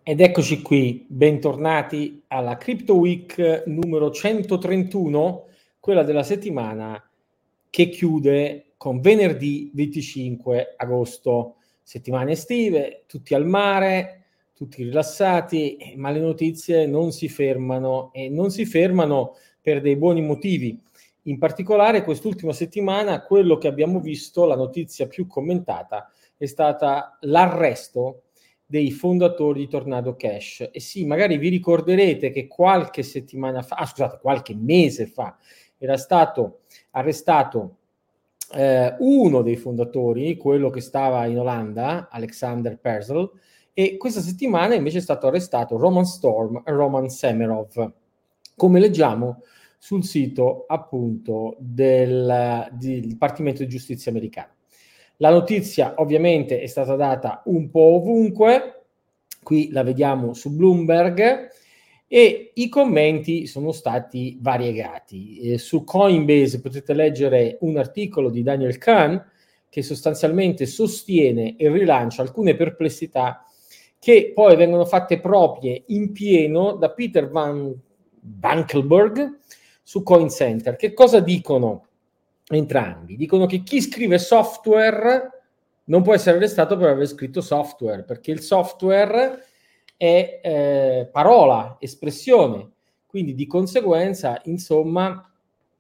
Ed eccoci qui, bentornati alla Crypto Week numero 131, quella della settimana che chiude con venerdì 25 agosto. Settimane estive, tutti al mare, tutti rilassati, ma le notizie non si fermano e non si fermano per dei buoni motivi. In particolare quest'ultima settimana quello che abbiamo visto, la notizia più commentata, è stata l'arresto dei fondatori di Tornado Cash. E sì, magari vi ricorderete che qualche mese fa era stato arrestato uno dei fondatori, quello che stava in Olanda, Alexander Persel, e questa settimana invece è stato arrestato Roman Storm e Roman Semerov, come leggiamo sul sito appunto del Dipartimento di Giustizia americano. La notizia ovviamente è stata data un po' ovunque, qui la vediamo su Bloomberg, e i commenti sono stati variegati. Su Coinbase potete leggere un articolo di Daniel Kahn che sostanzialmente sostiene e rilancia alcune perplessità che poi vengono fatte proprie in pieno da Peter Van Bankelberg su Coin Center. Che cosa dicono entrambi? Dicono che chi scrive software non può essere arrestato per aver scritto software, perché il software è parola, espressione, quindi di conseguenza, insomma,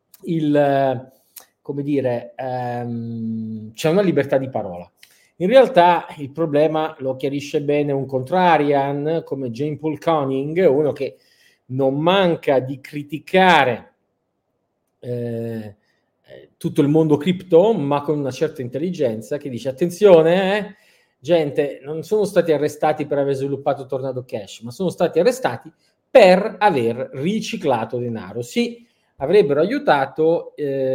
c'è una libertà di parola. In realtà il problema lo chiarisce bene un contrarian come Jane Paul Conning, uno che non manca di criticare tutto il mondo cripto, ma con una certa intelligenza, che dice: attenzione, gente, non sono stati arrestati per aver sviluppato Tornado Cash, ma sono stati arrestati per aver riciclato denaro. Sì, avrebbero aiutato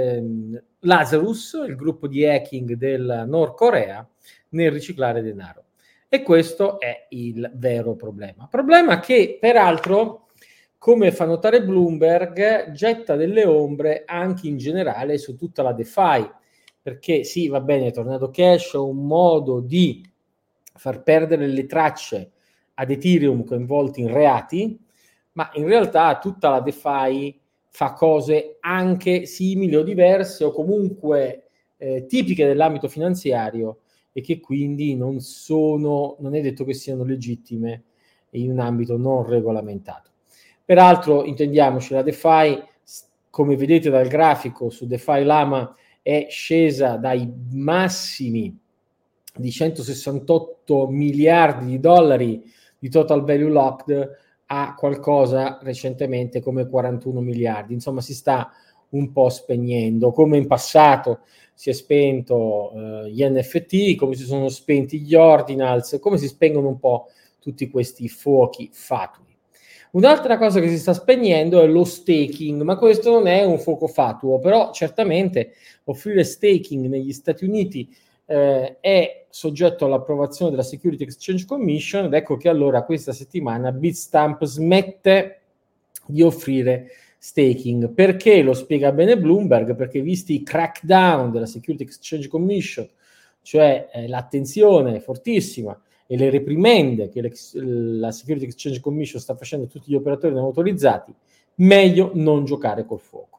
Lazarus, il gruppo di hacking del Nord Corea, nel riciclare denaro. E questo è il vero problema. Problema che, peraltro, come fa notare Bloomberg, getta delle ombre anche in generale su tutta la DeFi, perché sì, va bene, Tornado Cash è un modo di far perdere le tracce ad Ethereum coinvolti in reati, ma in realtà tutta la DeFi fa cose anche simili o diverse o comunque tipiche dell'ambito finanziario e che quindi non è detto che siano legittime in un ambito non regolamentato. Peraltro, intendiamoci, la DeFi, come vedete dal grafico su DeFi Lama, è scesa dai massimi di 168 miliardi di dollari di total value locked a qualcosa recentemente come 41 miliardi. Insomma, si sta un po' spegnendo, come in passato si è spento gli NFT, come si sono spenti gli ordinals, come si spengono un po' tutti questi fuochi fatui. Un'altra cosa che si sta spegnendo è lo staking, ma questo non è un fuoco fatuo, però certamente offrire staking negli Stati Uniti è soggetto all'approvazione della Security Exchange Commission, ed ecco che allora questa settimana Bitstamp smette di offrire staking. Perché? Lo spiega bene Bloomberg, perché visti i crackdown della Security Exchange Commission, cioè l'attenzione fortissima e le reprimende che la Security Exchange Commission sta facendo a tutti gli operatori non autorizzati, meglio non giocare col fuoco.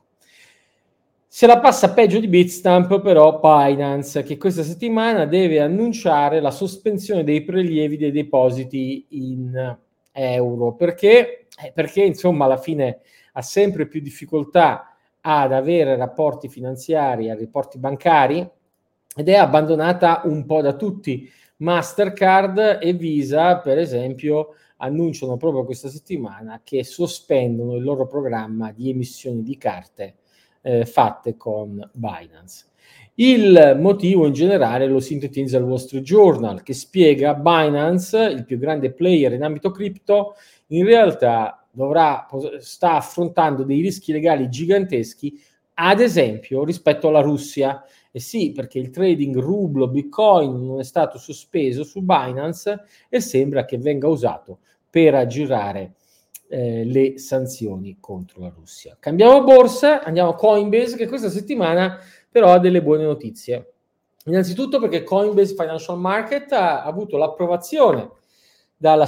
Se la passa peggio di Bitstamp però Binance, che questa settimana deve annunciare la sospensione dei prelievi dei depositi in euro. Perché? Perché insomma alla fine ha sempre più difficoltà ad avere rapporti finanziari, rapporti bancari, ed è abbandonata un po' da tutti. Mastercard e Visa, per esempio, annunciano proprio questa settimana che sospendono il loro programma di emissioni di carte fatte con Binance. Il motivo in generale lo sintetizza il Wall Street Journal, che spiega Binance, il più grande player in ambito cripto, in realtà sta affrontando dei rischi legali giganteschi, ad esempio rispetto alla Russia. E sì, perché il trading rublo Bitcoin non è stato sospeso su Binance e sembra che venga usato per aggirare le sanzioni contro la Russia. Cambiamo borsa, andiamo a Coinbase, che questa settimana però ha delle buone notizie. Innanzitutto perché Coinbase Financial Market ha avuto l'approvazione dalla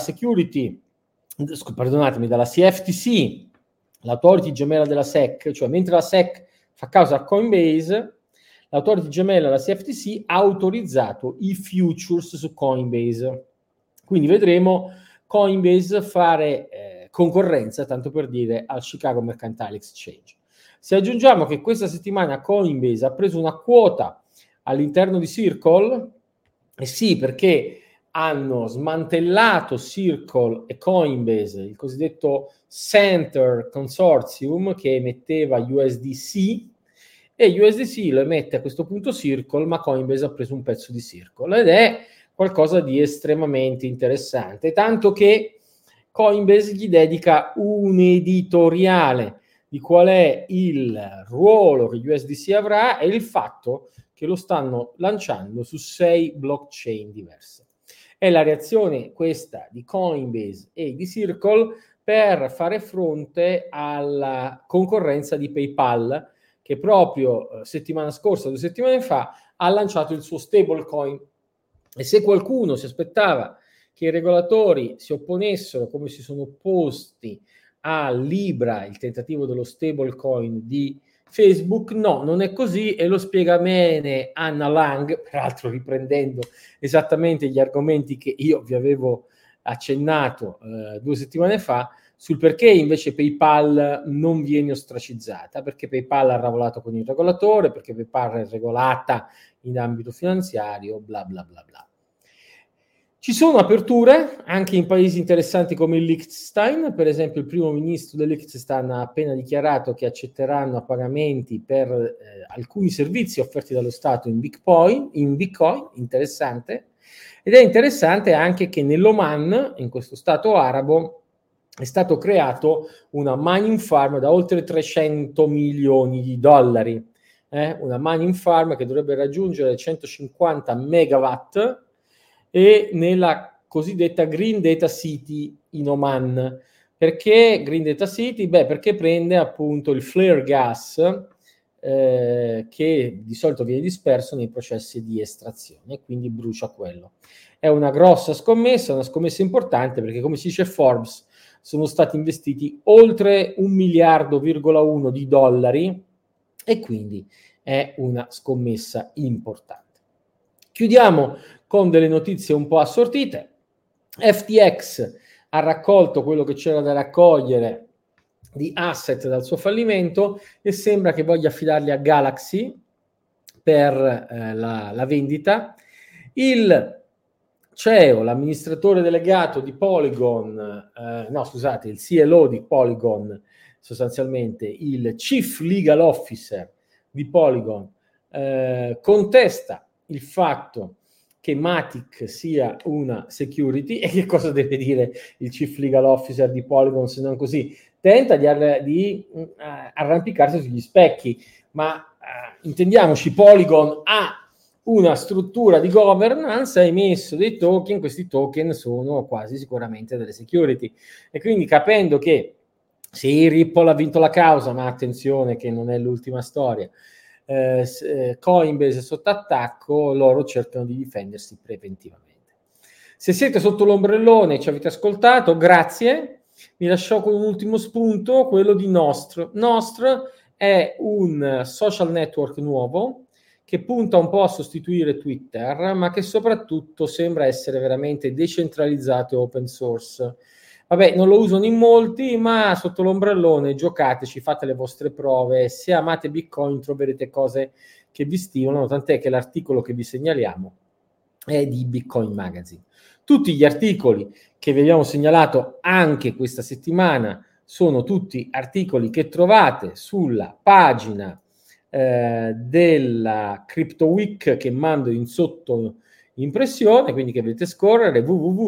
dalla CFTC, l'autority gemella della SEC, cioè mentre la SEC fa causa a Coinbase, l'autority gemella della CFTC ha autorizzato i futures su Coinbase. Quindi vedremo Coinbase fare concorrenza, tanto per dire, al Chicago Mercantile Exchange. Se aggiungiamo che questa settimana Coinbase ha preso una quota all'interno di Circle, sì, perché hanno smantellato Circle e Coinbase, il cosiddetto Center Consortium che emetteva USDC, e USDC lo emette a questo punto Circle, ma Coinbase ha preso un pezzo di Circle ed è qualcosa di estremamente interessante, tanto che Coinbase gli dedica un editoriale di qual è il ruolo che USDC avrà e il fatto che lo stanno lanciando su 6 blockchain diverse. È la reazione questa di Coinbase e di Circle per fare fronte alla concorrenza di PayPal, che proprio settimana scorsa, 2 settimane fa, ha lanciato il suo stablecoin. E se qualcuno si aspettava che i regolatori si opponessero, come si sono opposti a Libra, il tentativo dello stablecoin di Facebook, no, non è così, e lo spiega bene Anna Lang, peraltro riprendendo esattamente gli argomenti che io vi avevo accennato 2 settimane fa, sul perché invece PayPal non viene ostracizzata, perché PayPal ha lavorato con il regolatore, perché PayPal è regolata in ambito finanziario, bla bla bla bla. Ci sono aperture anche in paesi interessanti come il Liechtenstein, per esempio il primo ministro del Liechtenstein ha appena dichiarato che accetteranno pagamenti per alcuni servizi offerti dallo Stato in Bitcoin, interessante, ed è interessante anche che nell'Oman, in questo Stato arabo, è stato creato una mining farm da oltre 300 milioni di dollari, una mining farm che dovrebbe raggiungere 150 megawatt, e nella cosiddetta Green Data City in Oman. Perché Green Data City? Beh, perché prende appunto il flare gas che di solito viene disperso nei processi di estrazione, quindi brucia quello. È una grossa scommessa, una scommessa importante, perché come si dice Forbes, sono stati investiti oltre 1,1 miliardi di dollari e quindi è una scommessa importante. Chiudiamo con delle notizie un po' assortite. FTX ha raccolto quello che c'era da raccogliere di asset dal suo fallimento e sembra che voglia affidarli a Galaxy per la vendita. Il CEO, l'amministratore delegato di Polygon, il CLO di Polygon, sostanzialmente il Chief Legal Officer di Polygon, contesta il fatto che Matic sia una security. E che cosa deve dire il Chief Legal Officer di Polygon se non così? Tenta di arrampicarsi sugli specchi, ma intendiamoci, Polygon ha una struttura di governance, ha emesso dei token, questi token sono quasi sicuramente delle security, e quindi capendo che sì, Ripple ha vinto la causa, ma attenzione che non è l'ultima storia, Coinbase è sotto attacco, loro cercano di difendersi preventivamente. Se siete sotto l'ombrellone e ci avete ascoltato, grazie. Mi lascio con un ultimo spunto, quello di Nostr. Nostr è un social network nuovo che punta un po' a sostituire Twitter, ma che soprattutto sembra essere veramente decentralizzato e open source. Vabbè, non lo usano in molti, ma sotto l'ombrellone giocateci, fate le vostre prove. Se amate Bitcoin troverete cose che vi stimolano, tant'è che l'articolo che vi segnaliamo è di Bitcoin Magazine. Tutti gli articoli che vi abbiamo segnalato anche questa settimana sono tutti articoli che trovate sulla pagina della Crypto Week che mando in sotto impressione, quindi che vedete scorrere,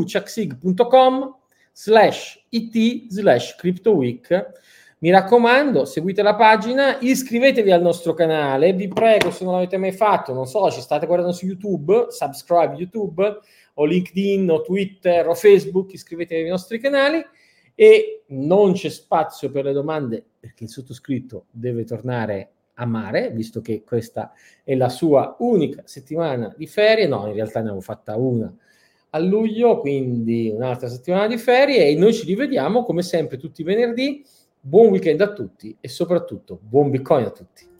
www.chucksig.com/it/CryptoWeek. Mi raccomando, seguite la pagina, iscrivetevi al nostro canale, vi prego, se non l'avete mai fatto, non so, ci state guardando su YouTube, subscribe YouTube, o LinkedIn, o Twitter, o Facebook, iscrivetevi ai nostri canali, e non c'è spazio per le domande, perché il sottoscritto deve tornare a mare, visto che questa è la sua unica settimana di ferie. No, in realtà ne avevo fatta una a luglio, quindi un'altra settimana di ferie, e noi ci rivediamo come sempre tutti i venerdì. Buon weekend a tutti e soprattutto buon Bitcoin a tutti.